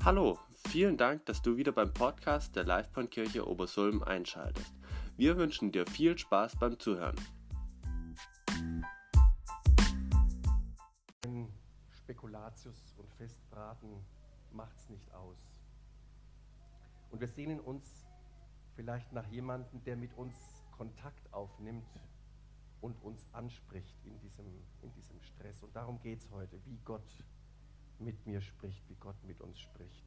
Hallo, vielen Dank, dass du wieder beim Podcast der Livebahnkirche Obersulm einschaltest. Wir wünschen dir viel Spaß beim Zuhören. Spekulatius und Festbraten macht's nicht aus. Und wir sehnen uns vielleicht nach jemandem, der mit uns Kontakt aufnimmt und uns anspricht in diesem Stress. Und darum geht es heute, wie Gott mit mir spricht, wie Gott mit uns spricht.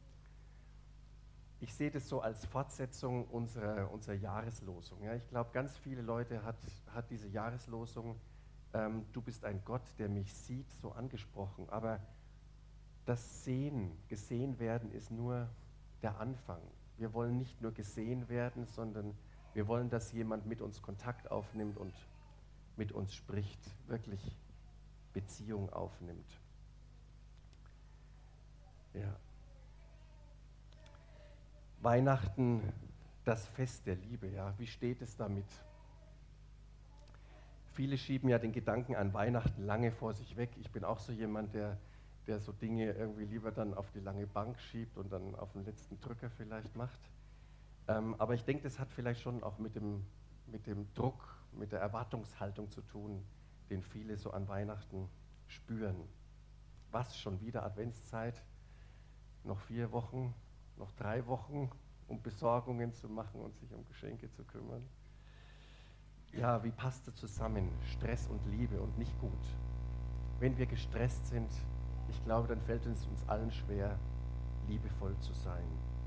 Ich sehe das so als Fortsetzung unserer Jahreslosung. Ja, ich glaube, ganz viele Leute hat diese Jahreslosung, du bist ein Gott, der mich sieht, so angesprochen. Aber das gesehen werden, ist nur der Anfang. Wir wollen nicht nur gesehen werden, sondern wir wollen, dass jemand mit uns Kontakt aufnimmt und mit uns spricht, wirklich Beziehung aufnimmt. Ja. Weihnachten, das Fest der Liebe, ja, wie steht es damit? Viele schieben ja den Gedanken an Weihnachten lange vor sich weg. Ich bin auch so jemand, der so Dinge irgendwie lieber dann auf die lange Bank schiebt und dann auf den letzten Drücker vielleicht macht. Aber ich denke, das hat vielleicht schon auch mit dem Druck, mit der Erwartungshaltung zu tun, den viele so an Weihnachten spüren. Was, schon wieder Adventszeit? Noch 4 Wochen, noch 3 Wochen, um Besorgungen zu machen und sich um Geschenke zu kümmern. Ja, wie passt das zusammen? Stress und Liebe und nicht gut. Wenn wir gestresst sind, ich glaube, dann fällt es uns allen schwer, liebevoll zu sein.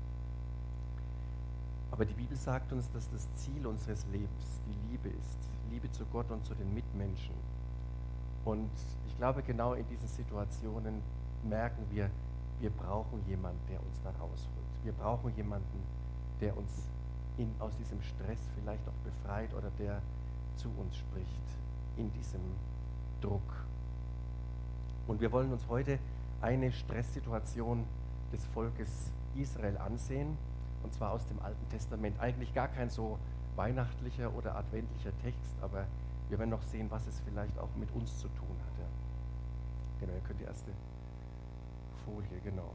Aber die Bibel sagt uns, dass das Ziel unseres Lebens die Liebe ist. Liebe zu Gott und zu den Mitmenschen. Und ich glaube, genau in diesen Situationen merken wir brauchen jemanden, der uns da rausholt. Wir brauchen jemanden, der uns aus diesem Stress vielleicht auch befreit oder der zu uns spricht in diesem Druck. Und wir wollen uns heute eine Stresssituation des Volkes Israel ansehen, und zwar aus dem Alten Testament. Eigentlich gar kein so weihnachtlicher oder adventlicher Text, aber wir werden noch sehen, was es vielleicht auch mit uns zu tun hatte. Genau, ihr könnt die erste Folie, genau.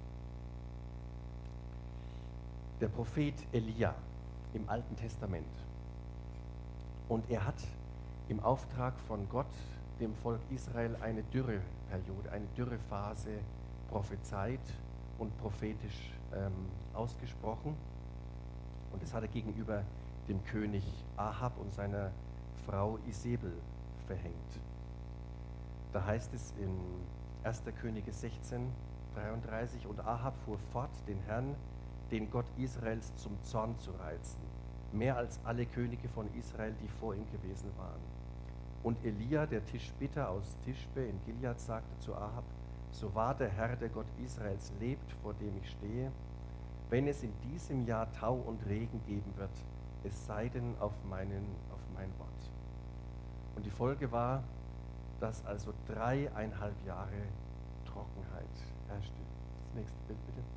Der Prophet Elia im Alten Testament. Und er hat im Auftrag von Gott dem Volk Israel eine Dürreperiode, eine Dürrephase prophezeit und prophetisch ausgesprochen. Und das hat er gegenüber dem König Ahab und seiner Frau Isebel verhängt. Da heißt es in 1. Könige 16, 33, und Ahab fuhr fort, den Herrn, den Gott Israels, zum Zorn zu reizen, mehr als alle Könige von Israel, die vor ihm gewesen waren. Und Elia, der Tischbiter aus Tischbe in Gilead, sagte zu Ahab, so wahr der Herr, der Gott Israels, lebt, vor dem ich stehe, wenn es in diesem Jahr Tau und Regen geben wird, es sei denn auf mein Wort. Und die Folge war, dass also 3,5 Jahre Trockenheit herrschte. Das nächste Bild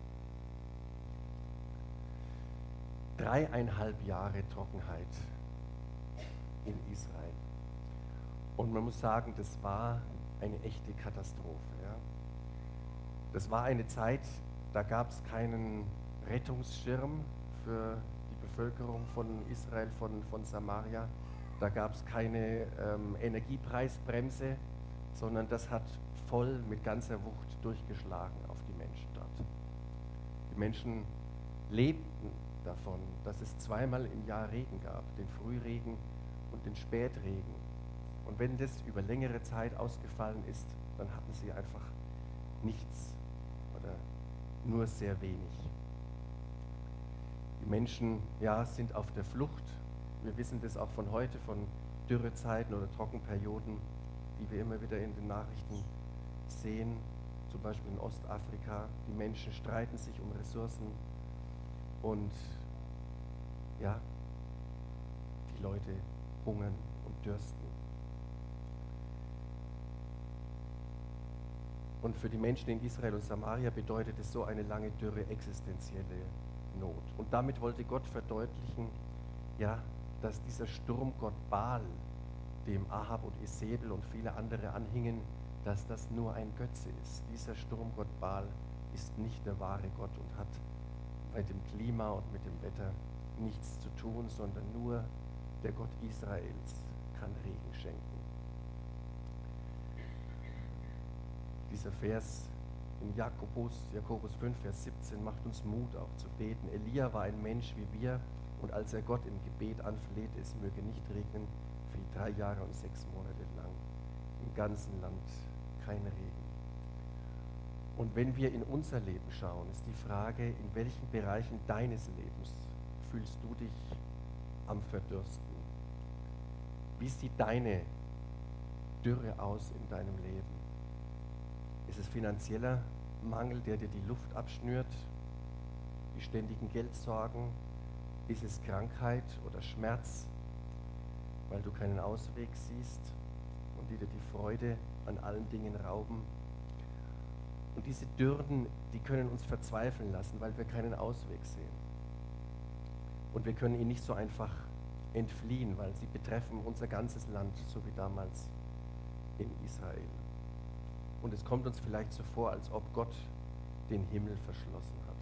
bitte. 3,5 Jahre Trockenheit in Israel. Und man muss sagen, das war eine echte Katastrophe. Ja. Das war eine Zeit, da gab es keinen Rettungsschirm für die Bevölkerung von Israel, von Samaria. Da gab es keine Energiepreisbremse, sondern das hat voll mit ganzer Wucht durchgeschlagen auf die Menschen dort. Die Menschen lebten davon, dass es 2-mal im Jahr Regen gab, den Frühregen und den Spätregen. Und wenn das über längere Zeit ausgefallen ist, dann hatten sie einfach nichts oder nur sehr wenig. Die Menschen sind auf der Flucht. Wir wissen das auch von heute, von Dürrezeiten oder Trockenperioden, die wir immer wieder in den Nachrichten sehen, zum Beispiel in Ostafrika. Die Menschen streiten sich um Ressourcen und die Leute hungern und dürsten. Und für die Menschen in Israel und Samaria bedeutet es so eine lange Dürre existenzielle Not. Und damit wollte Gott verdeutlichen, dass dieser Sturmgott Baal, dem Ahab und Isebel und viele andere anhingen, dass das nur ein Götze ist. Dieser Sturmgott Baal ist nicht der wahre Gott und hat mit dem Klima und mit dem Wetter nichts zu tun, sondern nur der Gott Israels kann Regen schenken. Dieser Vers in Jakobus 5, Vers 17 macht uns Mut auch zu beten. Elia war ein Mensch wie wir, und als er Gott im Gebet anflehte, es möge nicht regnen, fiel 3 Jahre und 6 Monate lang im ganzen Land kein Regen. Und wenn wir in unser Leben schauen, ist die Frage, in welchen Bereichen deines Lebens fühlst du dich am Verdursten? Wie sieht deine Dürre aus in deinem Leben? Ist es finanzieller Mangel, der dir die Luft abschnürt? Die ständigen Geldsorgen? Ist es Krankheit oder Schmerz, weil du keinen Ausweg siehst und die dir die Freude an allen Dingen rauben? Und diese Dürren, die können uns verzweifeln lassen, weil wir keinen Ausweg sehen. Und wir können ihnen nicht so einfach entfliehen, weil sie betreffen unser ganzes Land, so wie damals in Israel. Und es kommt uns vielleicht so vor, als ob Gott den Himmel verschlossen hat.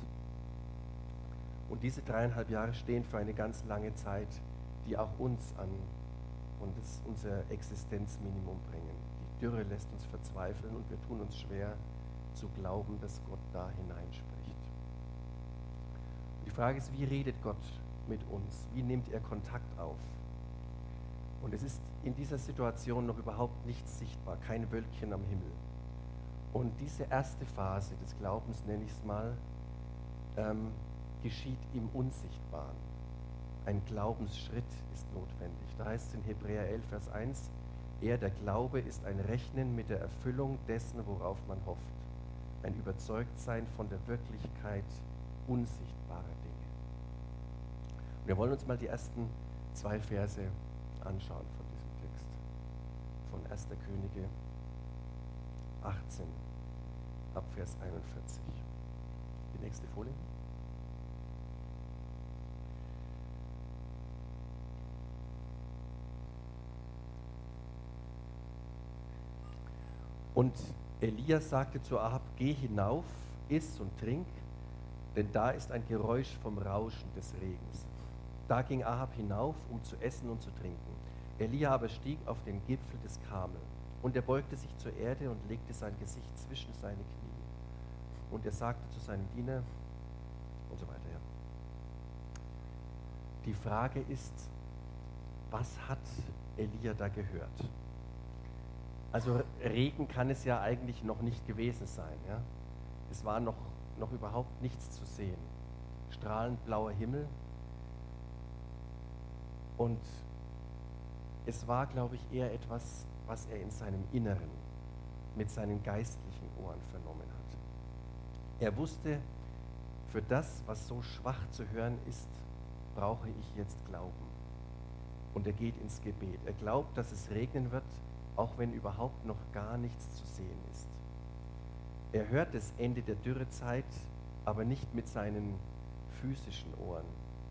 Und diese 3,5 Jahre stehen für eine ganz lange Zeit, die auch uns an unser Existenzminimum bringen. Die Dürre lässt uns verzweifeln und wir tun uns schwer zu glauben, dass Gott da hineinspricht. Und die Frage ist, wie redet Gott mit uns? Wie nimmt er Kontakt auf? Und es ist in dieser Situation noch überhaupt nichts sichtbar, kein Wölkchen am Himmel. Und diese erste Phase des Glaubens, nenne ich es mal, geschieht im Unsichtbaren. Ein Glaubensschritt ist notwendig. Da heißt es in Hebräer 11, Vers 1, der Glaube ist ein Rechnen mit der Erfüllung dessen, worauf man hofft. Ein Überzeugtsein von der Wirklichkeit unsichtbarer Dinge. Und wir wollen uns mal die ersten 2 Verse anschauen von diesem Text. Von 1. Könige 18, ab Vers 41. Die nächste Folie. Und Elia sagte zu Ahab, geh hinauf, iss und trink, denn da ist ein Geräusch vom Rauschen des Regens. Da ging Ahab hinauf, um zu essen und zu trinken. Elia aber stieg auf den Gipfel des Karmel, und er beugte sich zur Erde und legte sein Gesicht zwischen seine Knie. Und er sagte zu seinem Diener, und so weiter. Ja. Die Frage ist, was hat Elia da gehört? Also Regen kann es ja eigentlich noch nicht gewesen sein. Ja? Es war noch überhaupt nichts zu sehen. Strahlend blauer Himmel. Und es war, glaube ich, eher etwas, was er in seinem Inneren mit seinen geistlichen Ohren vernommen hat. Er wusste, für das, was so schwach zu hören ist, brauche ich jetzt Glauben. Und er geht ins Gebet. Er glaubt, dass es regnen wird, auch wenn überhaupt noch gar nichts zu sehen ist. Er hört das Ende der Dürrezeit, aber nicht mit seinen physischen Ohren.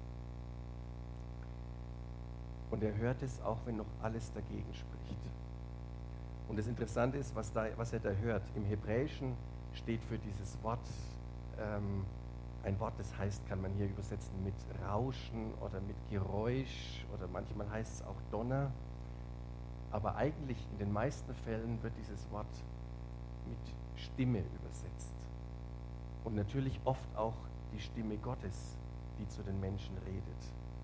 Und er hört es, auch wenn noch alles dagegen spricht. Und das Interessante ist, was er da hört. Im Hebräischen steht für dieses Wort ein Wort, das heißt, kann man hier übersetzen mit Rauschen oder mit Geräusch oder manchmal heißt es auch Donner. Aber eigentlich in den meisten Fällen wird dieses Wort mit Stimme übersetzt. Und natürlich oft auch die Stimme Gottes, die zu den Menschen redet.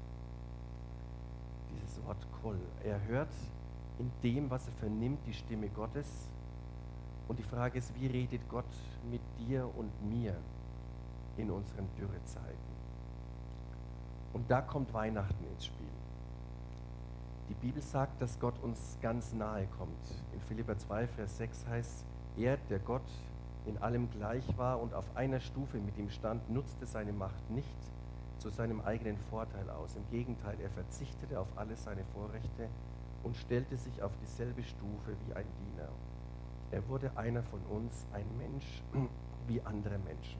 Dieses Wort Kol. Er hört in dem, was er vernimmt, die Stimme Gottes. Und die Frage ist, wie redet Gott mit dir und mir in unseren Dürrezeiten? Und da kommt Weihnachten ins Spiel. Die Bibel sagt, dass Gott uns ganz nahe kommt. In Philipper 2, Vers 6 heißt, er, der Gott in allem gleich war und auf einer Stufe mit ihm stand, nutzte seine Macht nicht zu seinem eigenen Vorteil aus. Im Gegenteil, er verzichtete auf alle seine Vorrechte und stellte sich auf dieselbe Stufe wie ein Diener. Er wurde einer von uns, ein Mensch wie andere Menschen.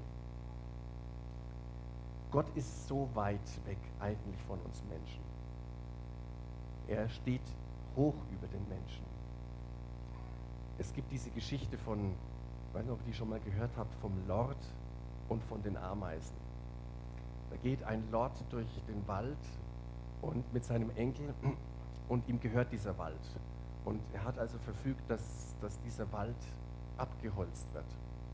Gott ist so weit weg eigentlich von uns Menschen. Er steht hoch über den Menschen. Es gibt diese Geschichte von, ich weiß nicht, ob ihr die schon mal gehört habt, vom Lord und von den Ameisen. Da geht ein Lord durch den Wald und mit seinem Enkel und ihm gehört dieser Wald. Und er hat also verfügt, dass dieser Wald abgeholzt wird.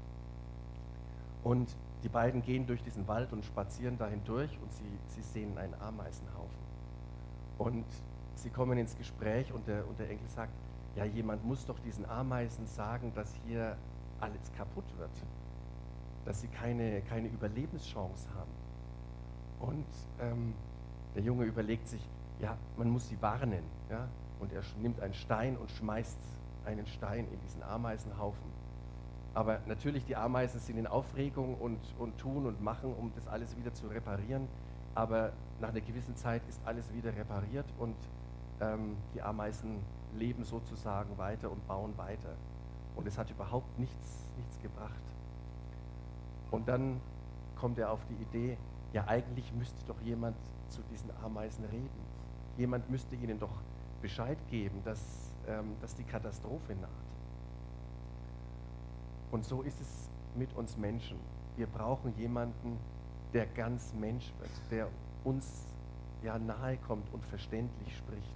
Und die beiden gehen durch diesen Wald und spazieren dahin durch und sie sehen einen Ameisenhaufen. Und sie kommen ins Gespräch und der Enkel sagt, ja, jemand muss doch diesen Ameisen sagen, dass hier alles kaputt wird, dass sie keine Überlebenschance haben. Und der Junge überlegt sich, ja, man muss sie warnen. Ja? Und er nimmt einen Stein und schmeißt einen Stein in diesen Ameisenhaufen. Aber natürlich, die Ameisen sind in Aufregung und tun und machen, um das alles wieder zu reparieren. Aber nach einer gewissen Zeit ist alles wieder repariert und die Ameisen leben sozusagen weiter und bauen weiter. Und es hat überhaupt nichts gebracht. Und dann kommt er auf die Idee, ja, eigentlich müsste doch jemand zu diesen Ameisen reden. Jemand müsste ihnen doch Bescheid geben, dass die Katastrophe naht. Und so ist es mit uns Menschen. Wir brauchen jemanden, der ganz Mensch wird, der uns ja nahe kommt und verständlich spricht.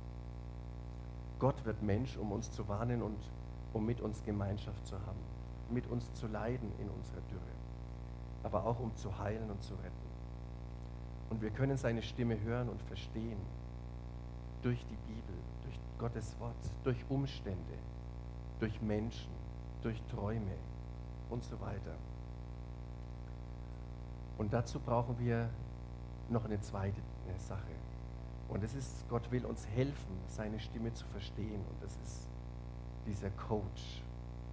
Gott wird Mensch, um uns zu warnen und um mit uns Gemeinschaft zu haben, mit uns zu leiden in unserer Dürre, aber auch um zu heilen und zu retten. Und wir können seine Stimme hören und verstehen durch die Bibel, durch Gottes Wort, durch Umstände, durch Menschen, durch Träume und so weiter. Und dazu brauchen wir noch eine zweite Sache. Und das ist, Gott will uns helfen, seine Stimme zu verstehen. Und das ist dieser Coach.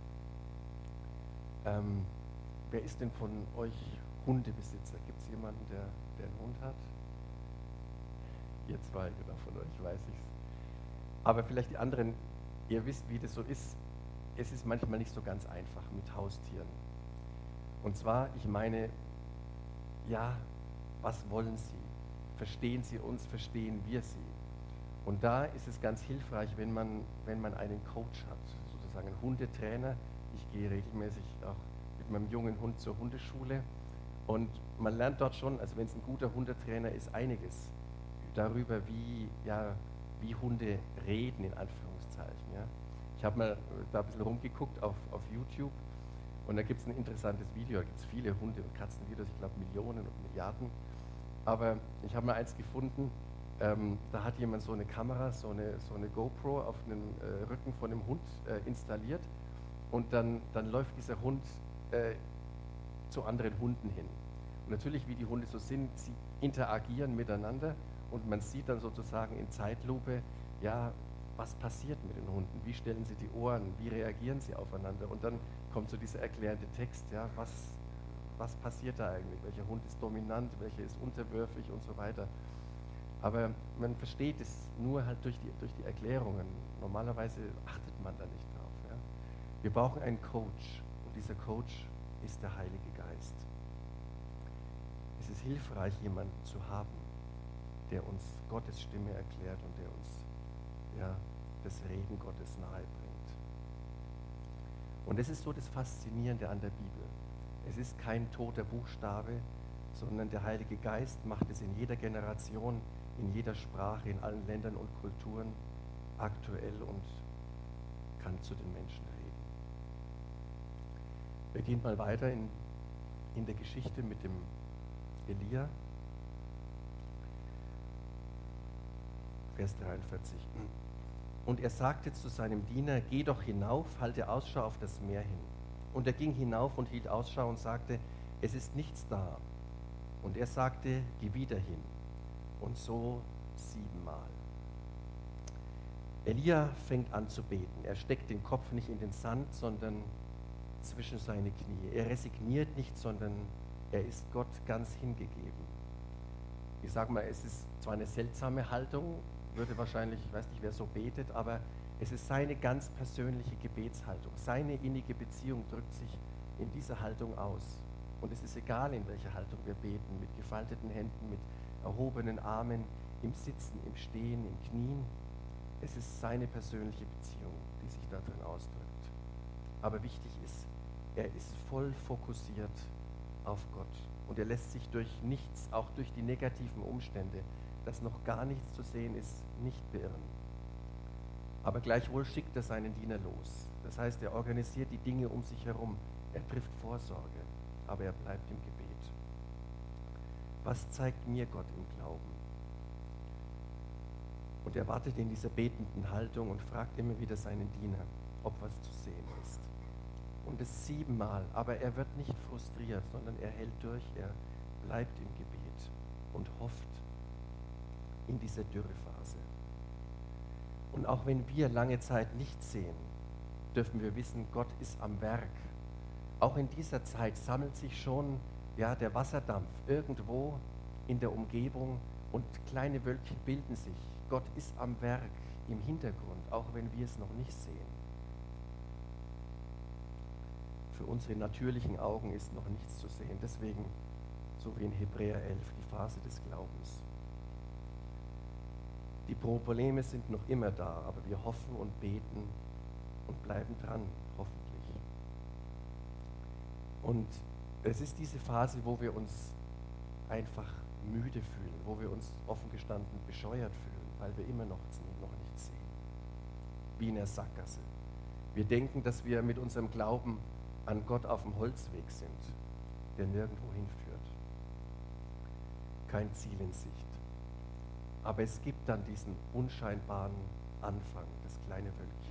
Wer ist denn von euch Hundebesitzer? Gibt es jemanden, der einen Hund hat? Ihr zwei, genau, von euch weiß ich es. Aber vielleicht die anderen, ihr wisst, wie das so ist. Es ist manchmal nicht so ganz einfach mit Haustieren. Und zwar, ich meine, ja, was wollen sie? Verstehen sie uns, verstehen wir sie? Und da ist es ganz hilfreich, wenn man einen Coach hat, sozusagen einen Hundetrainer. Ich gehe regelmäßig auch mit meinem jungen Hund zur Hundeschule und man lernt dort schon, also wenn es ein guter Hundetrainer ist, einiges darüber, wie Hunde reden, in Anführungszeichen. Ja? Ich habe mal da ein bisschen rumgeguckt auf YouTube und da gibt es ein interessantes Video, da gibt es viele Hunde- und Katzenvideos, ich glaube Millionen und Milliarden. Aber ich habe mal eins gefunden, da hat jemand so eine Kamera, so eine GoPro auf den Rücken von dem Hund installiert und dann läuft dieser Hund zu anderen Hunden hin. Und natürlich, wie die Hunde so sind, sie interagieren miteinander und man sieht dann sozusagen in Zeitlupe, ja, was passiert mit den Hunden, wie stellen sie die Ohren, wie reagieren sie aufeinander und dann kommt so dieser erklärende Text, ja, was passiert da eigentlich, welcher Hund ist dominant, welcher ist unterwürfig und so weiter. Aber man versteht es nur halt durch die Erklärungen. Normalerweise achtet man da nicht drauf. Ja. Wir brauchen einen Coach und dieser Coach ist der Heilige Geist. Es ist hilfreich, jemanden zu haben, der uns Gottes Stimme erklärt und der uns das Reden Gottes nahe bringt. Und das ist so das Faszinierende an der Bibel. Es ist kein toter Buchstabe, sondern der Heilige Geist macht es in jeder Generation, in jeder Sprache, in allen Ländern und Kulturen aktuell und kann zu den Menschen reden. Wir gehen mal weiter in der Geschichte mit dem Elia. Vers 43. Und er sagte zu seinem Diener, geh doch hinauf, halte Ausschau auf das Meer hin. Und er ging hinauf und hielt Ausschau und sagte, es ist nichts da. Und er sagte, geh wieder hin. Und so 7-mal. Elia fängt an zu beten. Er steckt den Kopf nicht in den Sand, sondern zwischen seine Knie. Er resigniert nicht, sondern er ist Gott ganz hingegeben. Ich sage mal, es ist zwar eine seltsame Haltung, würde wahrscheinlich, ich weiß nicht, wer so betet, aber es ist seine ganz persönliche Gebetshaltung. Seine innige Beziehung drückt sich in dieser Haltung aus. Und es ist egal, in welcher Haltung wir beten, mit gefalteten Händen, mit erhobenen Armen, im Sitzen, im Stehen, im Knien. Es ist seine persönliche Beziehung, die sich darin ausdrückt. Aber wichtig ist, er ist voll fokussiert auf Gott. Und er lässt sich durch nichts, auch durch die negativen Umstände, dass noch gar nichts zu sehen ist, nicht beirren. Aber gleichwohl schickt er seinen Diener los. Das heißt, er organisiert die Dinge um sich herum. Er trifft Vorsorge, aber er bleibt im Gebet. Was zeigt mir Gott im Glauben? Und er wartet in dieser betenden Haltung und fragt immer wieder seinen Diener, ob was zu sehen ist. Und es 7-mal, aber er wird nicht frustriert, sondern er hält durch, er bleibt im Gebet und hofft in dieser Dürrephase. Und auch wenn wir lange Zeit nichts sehen, dürfen wir wissen, Gott ist am Werk. Auch in dieser Zeit sammelt sich schon der Wasserdampf irgendwo in der Umgebung und kleine Wölkchen bilden sich. Gott ist am Werk im Hintergrund, auch wenn wir es noch nicht sehen. Für unsere natürlichen Augen ist noch nichts zu sehen. Deswegen, so wie in Hebräer 11, die Phase des Glaubens. Die Probleme sind noch immer da, aber wir hoffen und beten und bleiben dran, hoffentlich. Und es ist diese Phase, wo wir uns einfach müde fühlen, wo wir uns offen gestanden bescheuert fühlen, weil wir immer noch nichts sehen. Wie in der Sackgasse. Wir denken, dass wir mit unserem Glauben an Gott auf dem Holzweg sind, der nirgendwo hinführt. Kein Ziel in Sicht. Aber es gibt dann diesen unscheinbaren Anfang, das kleine Wölkchen.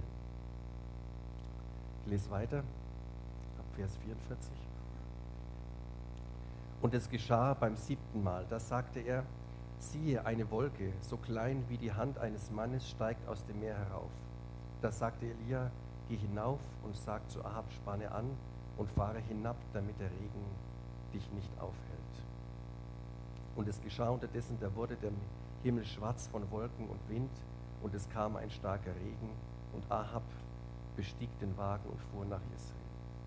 Ich lese weiter, ab Vers 44. Und es geschah beim 7. Mal, da sagte er, siehe, eine Wolke, so klein wie die Hand eines Mannes, steigt aus dem Meer herauf. Da sagte Elia, geh hinauf und sag zu Ahab, spanne an und fahre hinab, damit der Regen dich nicht aufhält. Und es geschah unterdessen, da wurde der Himmel schwarz von Wolken und Wind, und es kam ein starker Regen, und Ahab bestieg den Wagen und fuhr nach Israel.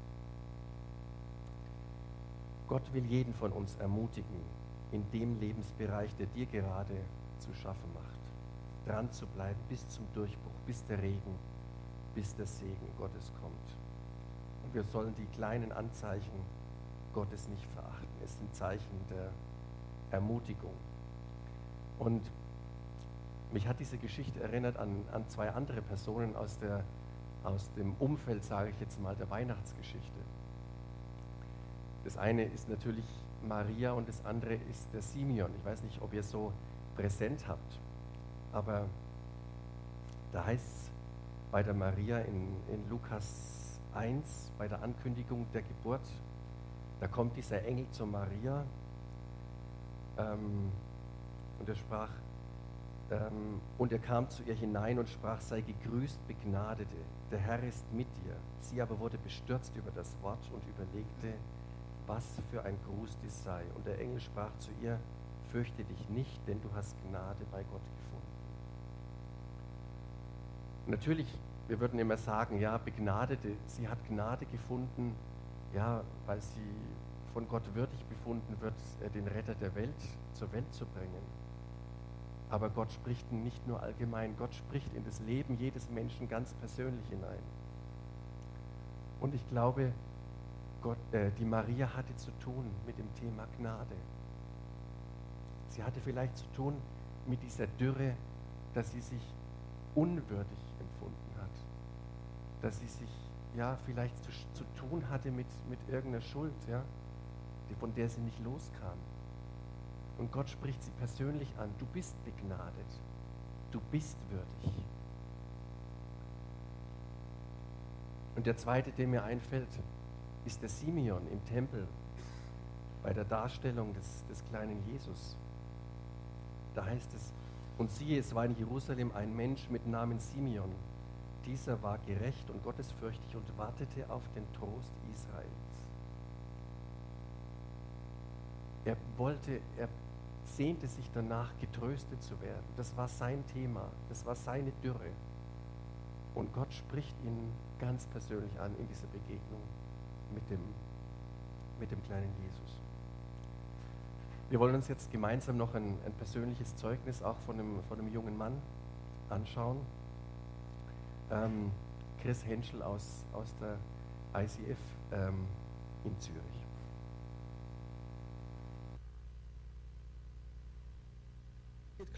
Gott will jeden von uns ermutigen, in dem Lebensbereich, der dir gerade zu schaffen macht, dran zu bleiben bis zum Durchbruch, bis der Regen, bis der Segen Gottes kommt. Und wir sollen die kleinen Anzeichen Gottes nicht verachten. Es sind Zeichen der Ermutigung. Und mich hat diese Geschichte erinnert an 2 andere Personen aus dem Umfeld, sage ich jetzt mal, der Weihnachtsgeschichte. Das eine ist natürlich Maria und das andere ist der Simeon. Ich weiß nicht, ob ihr so präsent habt, aber da heißt es bei der Maria in Lukas 1, bei der Ankündigung der Geburt, da kommt dieser Engel zu Maria und er sprach, und er kam zu ihr hinein und sprach, sei gegrüßt, Begnadete, der Herr ist mit dir. Sie aber wurde bestürzt über das Wort und überlegte, was für ein Gruß dies sei. Und der Engel sprach zu ihr, fürchte dich nicht, denn du hast Gnade bei Gott gefunden. Natürlich, wir würden immer sagen, ja, Begnadete, sie hat Gnade gefunden, ja, weil sie von Gott würdig befunden wird, den Retter der Welt zur Welt zu bringen. Aber Gott spricht nicht nur allgemein, Gott spricht in das Leben jedes Menschen ganz persönlich hinein. Und ich glaube, die Maria hatte zu tun mit dem Thema Gnade. Sie hatte vielleicht zu tun mit dieser Dürre, dass sie sich unwürdig empfunden hat. Dass sie sich vielleicht zu tun hatte mit irgendeiner Schuld, von der sie nicht loskam. Und Gott spricht sie persönlich an. Du bist begnadet. Du bist würdig. Und der zweite, der mir einfällt, ist der Simeon im Tempel bei der Darstellung des kleinen Jesus. Da heißt es, und siehe, es war in Jerusalem ein Mensch mit Namen Simeon. Dieser war gerecht und gottesfürchtig und wartete auf den Trost Israels. Er sehnte sich danach, getröstet zu werden. Das war sein Thema, das war seine Dürre. Und Gott spricht ihn ganz persönlich an in dieser Begegnung mit dem kleinen Jesus. Wir wollen uns jetzt gemeinsam noch ein persönliches Zeugnis auch von einem jungen Mann anschauen. Chris Henschel aus der ICF in Zürich.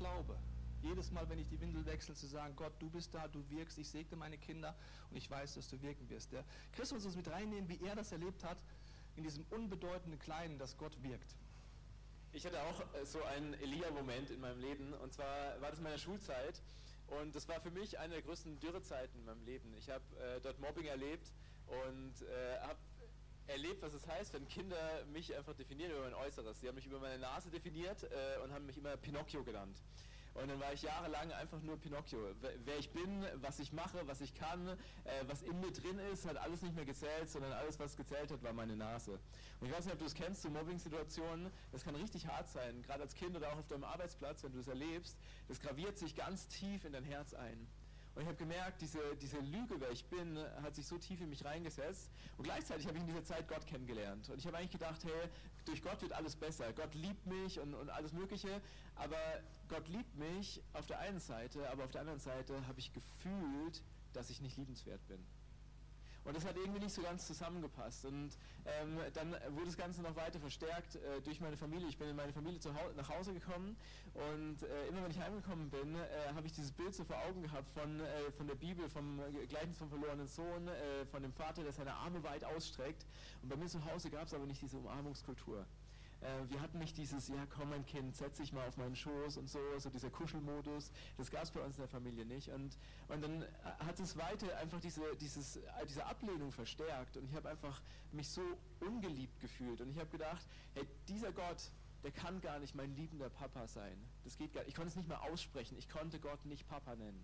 Glaube. Jedes Mal, wenn ich die Windel wechsle, zu sagen, Gott, du bist da, du wirkst, ich segne meine Kinder und ich weiß, dass du wirken wirst. Der Christus uns mit reinnehmen, wie er das erlebt hat, in diesem unbedeutenden Kleinen, dass Gott wirkt. Ich hatte auch so einen Elia-Moment in meinem Leben, und zwar war das in meiner Schulzeit, und das war für mich eine der größten Dürrezeiten in meinem Leben. Ich habe dort Mobbing erlebt und habe erlebt, was es heißt, wenn Kinder mich einfach definieren über mein Äußeres. Sie haben mich über meine Nase definiert und haben mich immer Pinocchio genannt. Und dann war ich jahrelang einfach nur Pinocchio. Wer ich bin, was ich mache, was ich kann, was in mir drin ist, hat alles nicht mehr gezählt, sondern alles, was gezählt hat, war meine Nase. Und ich weiß nicht, ob du es kennst, so Mobbing-Situationen, das kann richtig hart sein, gerade als Kind oder auch auf deinem Arbeitsplatz, wenn du es erlebst, das graviert sich ganz tief in dein Herz ein. Und ich habe gemerkt, diese Lüge, wer ich bin, hat sich so tief in mich reingesetzt. Und gleichzeitig habe ich in dieser Zeit Gott kennengelernt. Und ich habe eigentlich gedacht, hey, durch Gott wird alles besser. Gott liebt mich und alles Mögliche. Aber Gott liebt mich auf der einen Seite, aber auf der anderen Seite habe ich gefühlt, dass ich nicht liebenswert bin. Und das hat irgendwie nicht so ganz zusammengepasst. Und dann wurde das Ganze noch weiter verstärkt durch meine Familie. Ich bin in meine Familie nach Hause gekommen und immer wenn ich heimgekommen bin, habe ich dieses Bild so vor Augen gehabt von der Bibel, vom Gleichnis vom verlorenen Sohn, von dem Vater, der seine Arme weit ausstreckt. Und bei mir zu Hause gab es aber nicht diese Umarmungskultur. Wir hatten nicht dieses, ja komm mein Kind, setz dich mal auf meinen Schoß und so dieser Kuschelmodus, das gab es bei uns in der Familie nicht. Und dann hat es weiter einfach diese Ablehnung verstärkt und ich habe einfach mich so ungeliebt gefühlt und ich habe gedacht, hey, dieser Gott, der kann gar nicht mein liebender Papa sein. Das geht gar nicht. Ich konnte es nicht mehr aussprechen, ich konnte Gott nicht Papa nennen.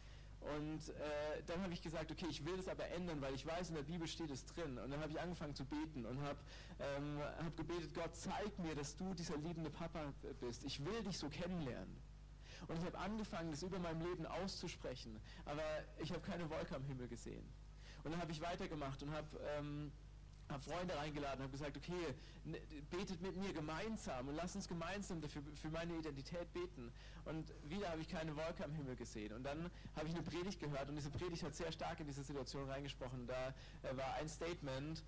Und dann habe ich gesagt, okay, ich will das aber ändern, weil ich weiß, in der Bibel steht es drin. Und dann habe ich angefangen zu beten und habe gebetet, Gott, zeig mir, dass du dieser liebende Papa bist. Ich will dich so kennenlernen. Und ich habe angefangen, das über meinem Leben auszusprechen, aber ich habe keine Wolke am Himmel gesehen. Und dann habe ich weitergemacht und habe Freunde eingeladen, habe gesagt, okay, betet mit mir gemeinsam und lasst uns gemeinsam für meine Identität beten. Und wieder habe ich keine Wolke am Himmel gesehen. Und dann habe ich eine Predigt gehört und diese Predigt hat sehr stark in diese Situation reingesprochen. Da war ein Statement,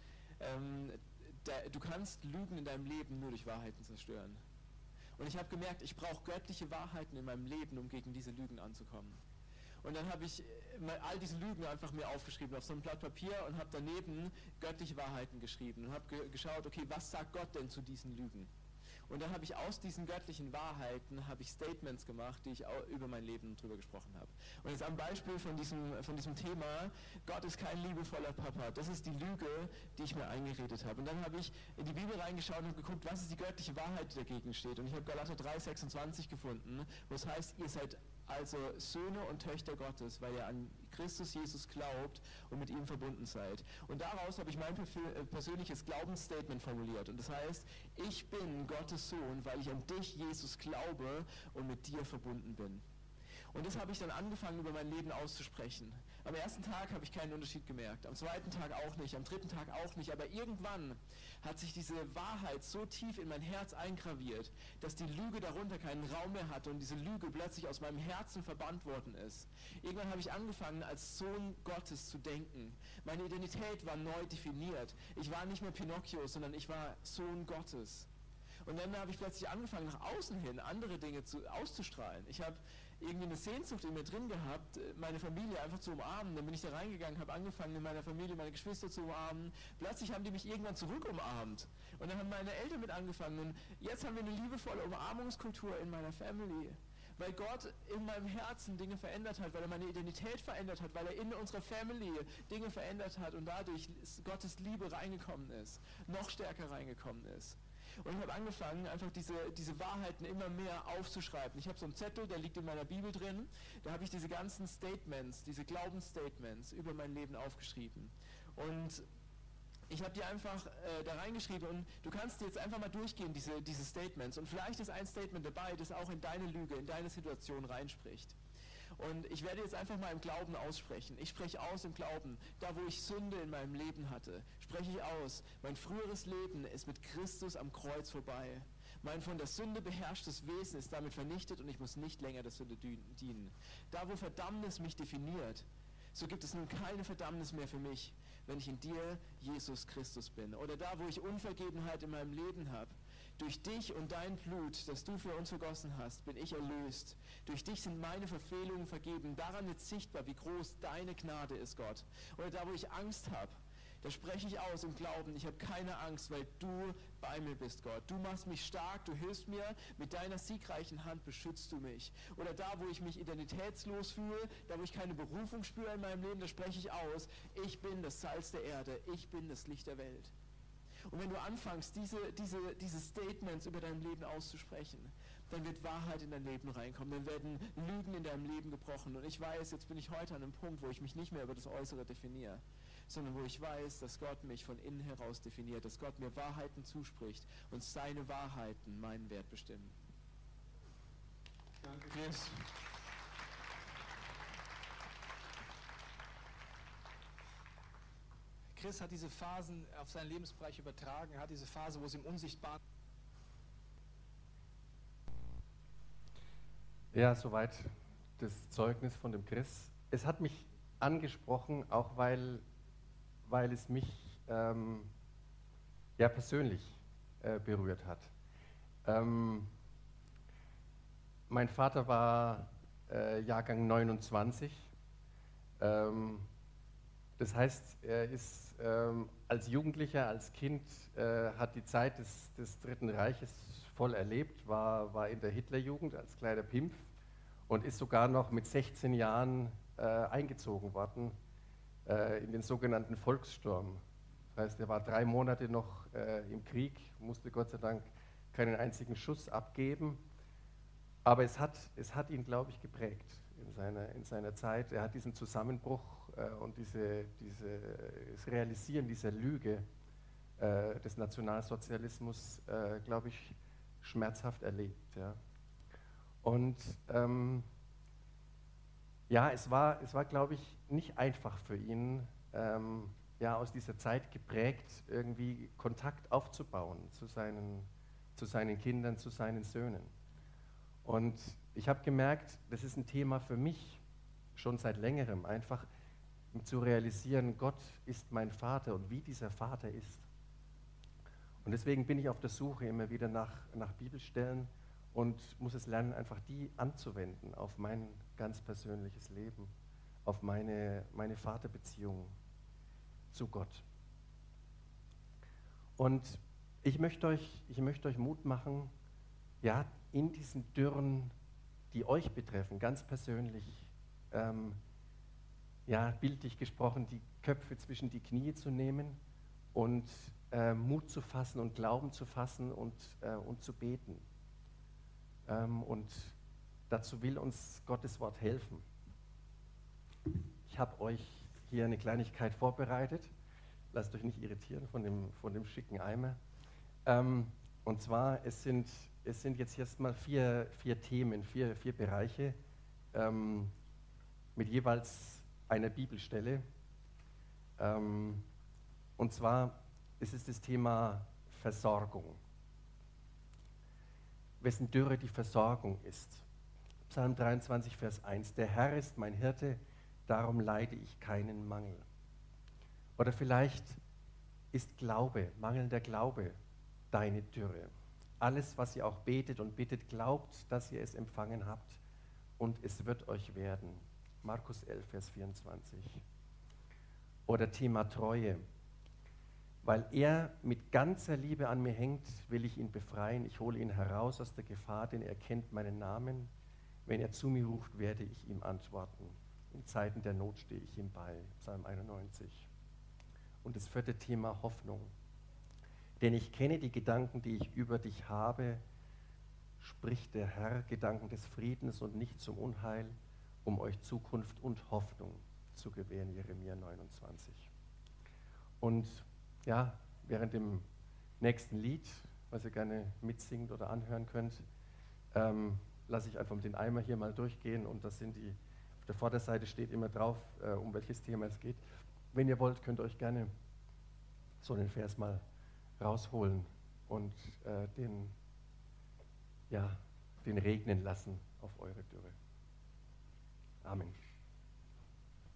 du kannst Lügen in deinem Leben nur durch Wahrheiten zerstören. Und ich habe gemerkt, ich brauche göttliche Wahrheiten in meinem Leben, um gegen diese Lügen anzukommen. Und dann habe ich all diese Lügen einfach mir aufgeschrieben auf so ein Blatt Papier und habe daneben göttliche Wahrheiten geschrieben und habe geschaut, okay, was sagt Gott denn zu diesen Lügen? Und dann habe ich aus diesen göttlichen Wahrheiten habe ich Statements gemacht, die ich auch über mein Leben drüber gesprochen habe. Und jetzt am Beispiel von diesem Thema, Gott ist kein liebevoller Papa, das ist die Lüge, die ich mir eingeredet habe. Und dann habe ich in die Bibel reingeschaut und geguckt, was ist die göttliche Wahrheit, die dagegen steht. Und ich habe Galater 3,26 gefunden, wo es heißt, ihr seid also Söhne und Töchter Gottes, weil ihr an Christus Jesus glaubt und mit ihm verbunden seid. Und daraus habe ich mein persönliches Glaubensstatement formuliert. Und das heißt, ich bin Gottes Sohn, weil ich an dich, Jesus, glaube und mit dir verbunden bin. Und das habe ich dann angefangen, über mein Leben auszusprechen. Am ersten Tag habe ich keinen Unterschied gemerkt, am zweiten Tag auch nicht, am dritten Tag auch nicht, aber irgendwann hat sich diese Wahrheit so tief in mein Herz eingraviert, dass die Lüge darunter keinen Raum mehr hatte und diese Lüge plötzlich aus meinem Herzen verbannt worden ist. Irgendwann habe ich angefangen, als Sohn Gottes zu denken. Meine Identität war neu definiert. Ich war nicht mehr Pinocchio, sondern ich war Sohn Gottes. Und dann habe ich plötzlich angefangen, nach außen hin andere Dinge auszustrahlen. Ich habe irgendwie eine Sehnsucht in mir drin gehabt, meine Familie einfach zu umarmen. Dann bin ich da reingegangen, habe angefangen, in meiner Familie meine Geschwister zu umarmen. Plötzlich haben die mich irgendwann zurück umarmt. Und dann haben meine Eltern mit angefangen. Und jetzt haben wir eine liebevolle Umarmungskultur in meiner Family. Weil Gott in meinem Herzen Dinge verändert hat, weil er meine Identität verändert hat, weil er in unserer Family Dinge verändert hat und dadurch Gottes Liebe reingekommen ist, noch stärker reingekommen ist. Und ich habe angefangen, einfach diese Wahrheiten immer mehr aufzuschreiben. Ich habe so einen Zettel, der liegt in meiner Bibel drin. Da habe ich diese ganzen Statements, diese Glaubensstatements über mein Leben aufgeschrieben. Und ich habe die einfach da reingeschrieben und du kannst jetzt einfach mal durchgehen, diese Statements. Und vielleicht ist ein Statement dabei, das auch in deine Lüge, in deine Situation reinspricht. Und ich werde jetzt einfach mal im Glauben aussprechen. Ich spreche aus im Glauben. Da, wo ich Sünde in meinem Leben hatte, spreche ich aus. Mein früheres Leben ist mit Christus am Kreuz vorbei. Mein von der Sünde beherrschtes Wesen ist damit vernichtet und ich muss nicht länger der Sünde dienen. Da, wo Verdammnis mich definiert, so gibt es nun keine Verdammnis mehr für mich, wenn ich in dir, Jesus Christus, bin. Oder da, wo ich Unvergebenheit in meinem Leben habe, Durch dich und dein Blut, das du für uns vergossen hast, bin ich erlöst. Durch dich sind meine Verfehlungen vergeben. Daran wird sichtbar, wie groß deine Gnade ist, Gott. Oder da, wo ich Angst habe, da spreche ich aus im Glauben, ich habe keine Angst, weil du bei mir bist, Gott. Du machst mich stark, du hilfst mir, mit deiner siegreichen Hand beschützt du mich. Oder da, wo ich mich identitätslos fühle, da, wo ich keine Berufung spüre in meinem Leben, da spreche ich aus, ich bin das Salz der Erde, ich bin das Licht der Welt. Und wenn du anfängst, diese Statements über dein Leben auszusprechen, dann wird Wahrheit in dein Leben reinkommen, dann werden Lügen in deinem Leben gebrochen. Und ich weiß, jetzt bin ich heute an einem Punkt, wo ich mich nicht mehr über das Äußere definiere, sondern wo ich weiß, dass Gott mich von innen heraus definiert, dass Gott mir Wahrheiten zuspricht und seine Wahrheiten meinen Wert bestimmen. Danke, Chris. Chris hat diese Phasen auf seinen Lebensbereich übertragen. Er hat diese Phase, wo es ihm unsichtbar ist. Ja, soweit das Zeugnis von dem Chris. Es hat mich angesprochen, auch weil es mich persönlich berührt hat. Mein Vater war Jahrgang 29. Das heißt, er ist als Jugendlicher, als Kind, hat die Zeit des Dritten Reiches voll erlebt, war in der Hitlerjugend als kleiner Pimpf und ist sogar noch mit 16 Jahren eingezogen worden in den sogenannten Volkssturm. Das heißt, er war 3 Monate noch im Krieg, musste Gott sei Dank keinen einzigen Schuss abgeben, aber es hat ihn, glaube ich, geprägt in seiner Zeit. Er hat diesen Zusammenbruch und das Realisieren dieser Lüge des Nationalsozialismus, glaube ich, schmerzhaft erlebt. Ja. Und es war, glaube ich, nicht einfach für ihn, aus dieser Zeit geprägt, irgendwie Kontakt aufzubauen zu seinen Kindern, zu seinen Söhnen. Und ich habe gemerkt, das ist ein Thema für mich schon seit längerem, einfach zu realisieren, Gott ist mein Vater und wie dieser Vater ist. Und deswegen bin ich auf der Suche immer wieder nach Bibelstellen und muss es lernen, einfach die anzuwenden auf mein ganz persönliches Leben, auf meine Vaterbeziehung zu Gott. Und ich möchte euch Mut machen, ja, in diesen Dürren, die euch betreffen, ganz persönlich, bildlich gesprochen, die Köpfe zwischen die Knie zu nehmen und Mut zu fassen und Glauben zu fassen und zu beten. Und dazu will uns Gottes Wort helfen. Ich habe euch hier eine Kleinigkeit vorbereitet. Lasst euch nicht irritieren von dem schicken Eimer. Und zwar, es sind jetzt erstmal vier Themen, vier Bereiche mit jeweils einer Bibelstelle. Und zwar ist es das Thema Versorgung. Wessen Dürre die Versorgung ist. Psalm 23, Vers 1. Der Herr ist mein Hirte, darum leide ich keinen Mangel. Oder vielleicht ist mangelnder Glaube deine Dürre. Alles, was ihr auch betet und bittet, glaubt, dass ihr es empfangen habt und es wird euch werden. Markus 11, Vers 24. Oder Thema Treue. Weil er mit ganzer Liebe an mir hängt, will ich ihn befreien. Ich hole ihn heraus aus der Gefahr, denn er kennt meinen Namen. Wenn er zu mir ruft, werde ich ihm antworten. In Zeiten der Not stehe ich ihm bei. Psalm 91. Und das 4. Thema Hoffnung. Denn ich kenne die Gedanken, die ich über dich habe, spricht der Herr, Gedanken des Friedens und nicht zum Unheil, um euch Zukunft und Hoffnung zu gewähren. Jeremia 29. Und ja, während dem nächsten Lied, was ihr gerne mitsingt oder anhören könnt, lasse ich einfach mit den Eimer hier mal durchgehen und auf der Vorderseite steht immer drauf, um welches Thema es geht. Wenn ihr wollt, könnt ihr euch gerne so einen Vers mal rausholen und den regnen lassen auf eure Dürre. Amen.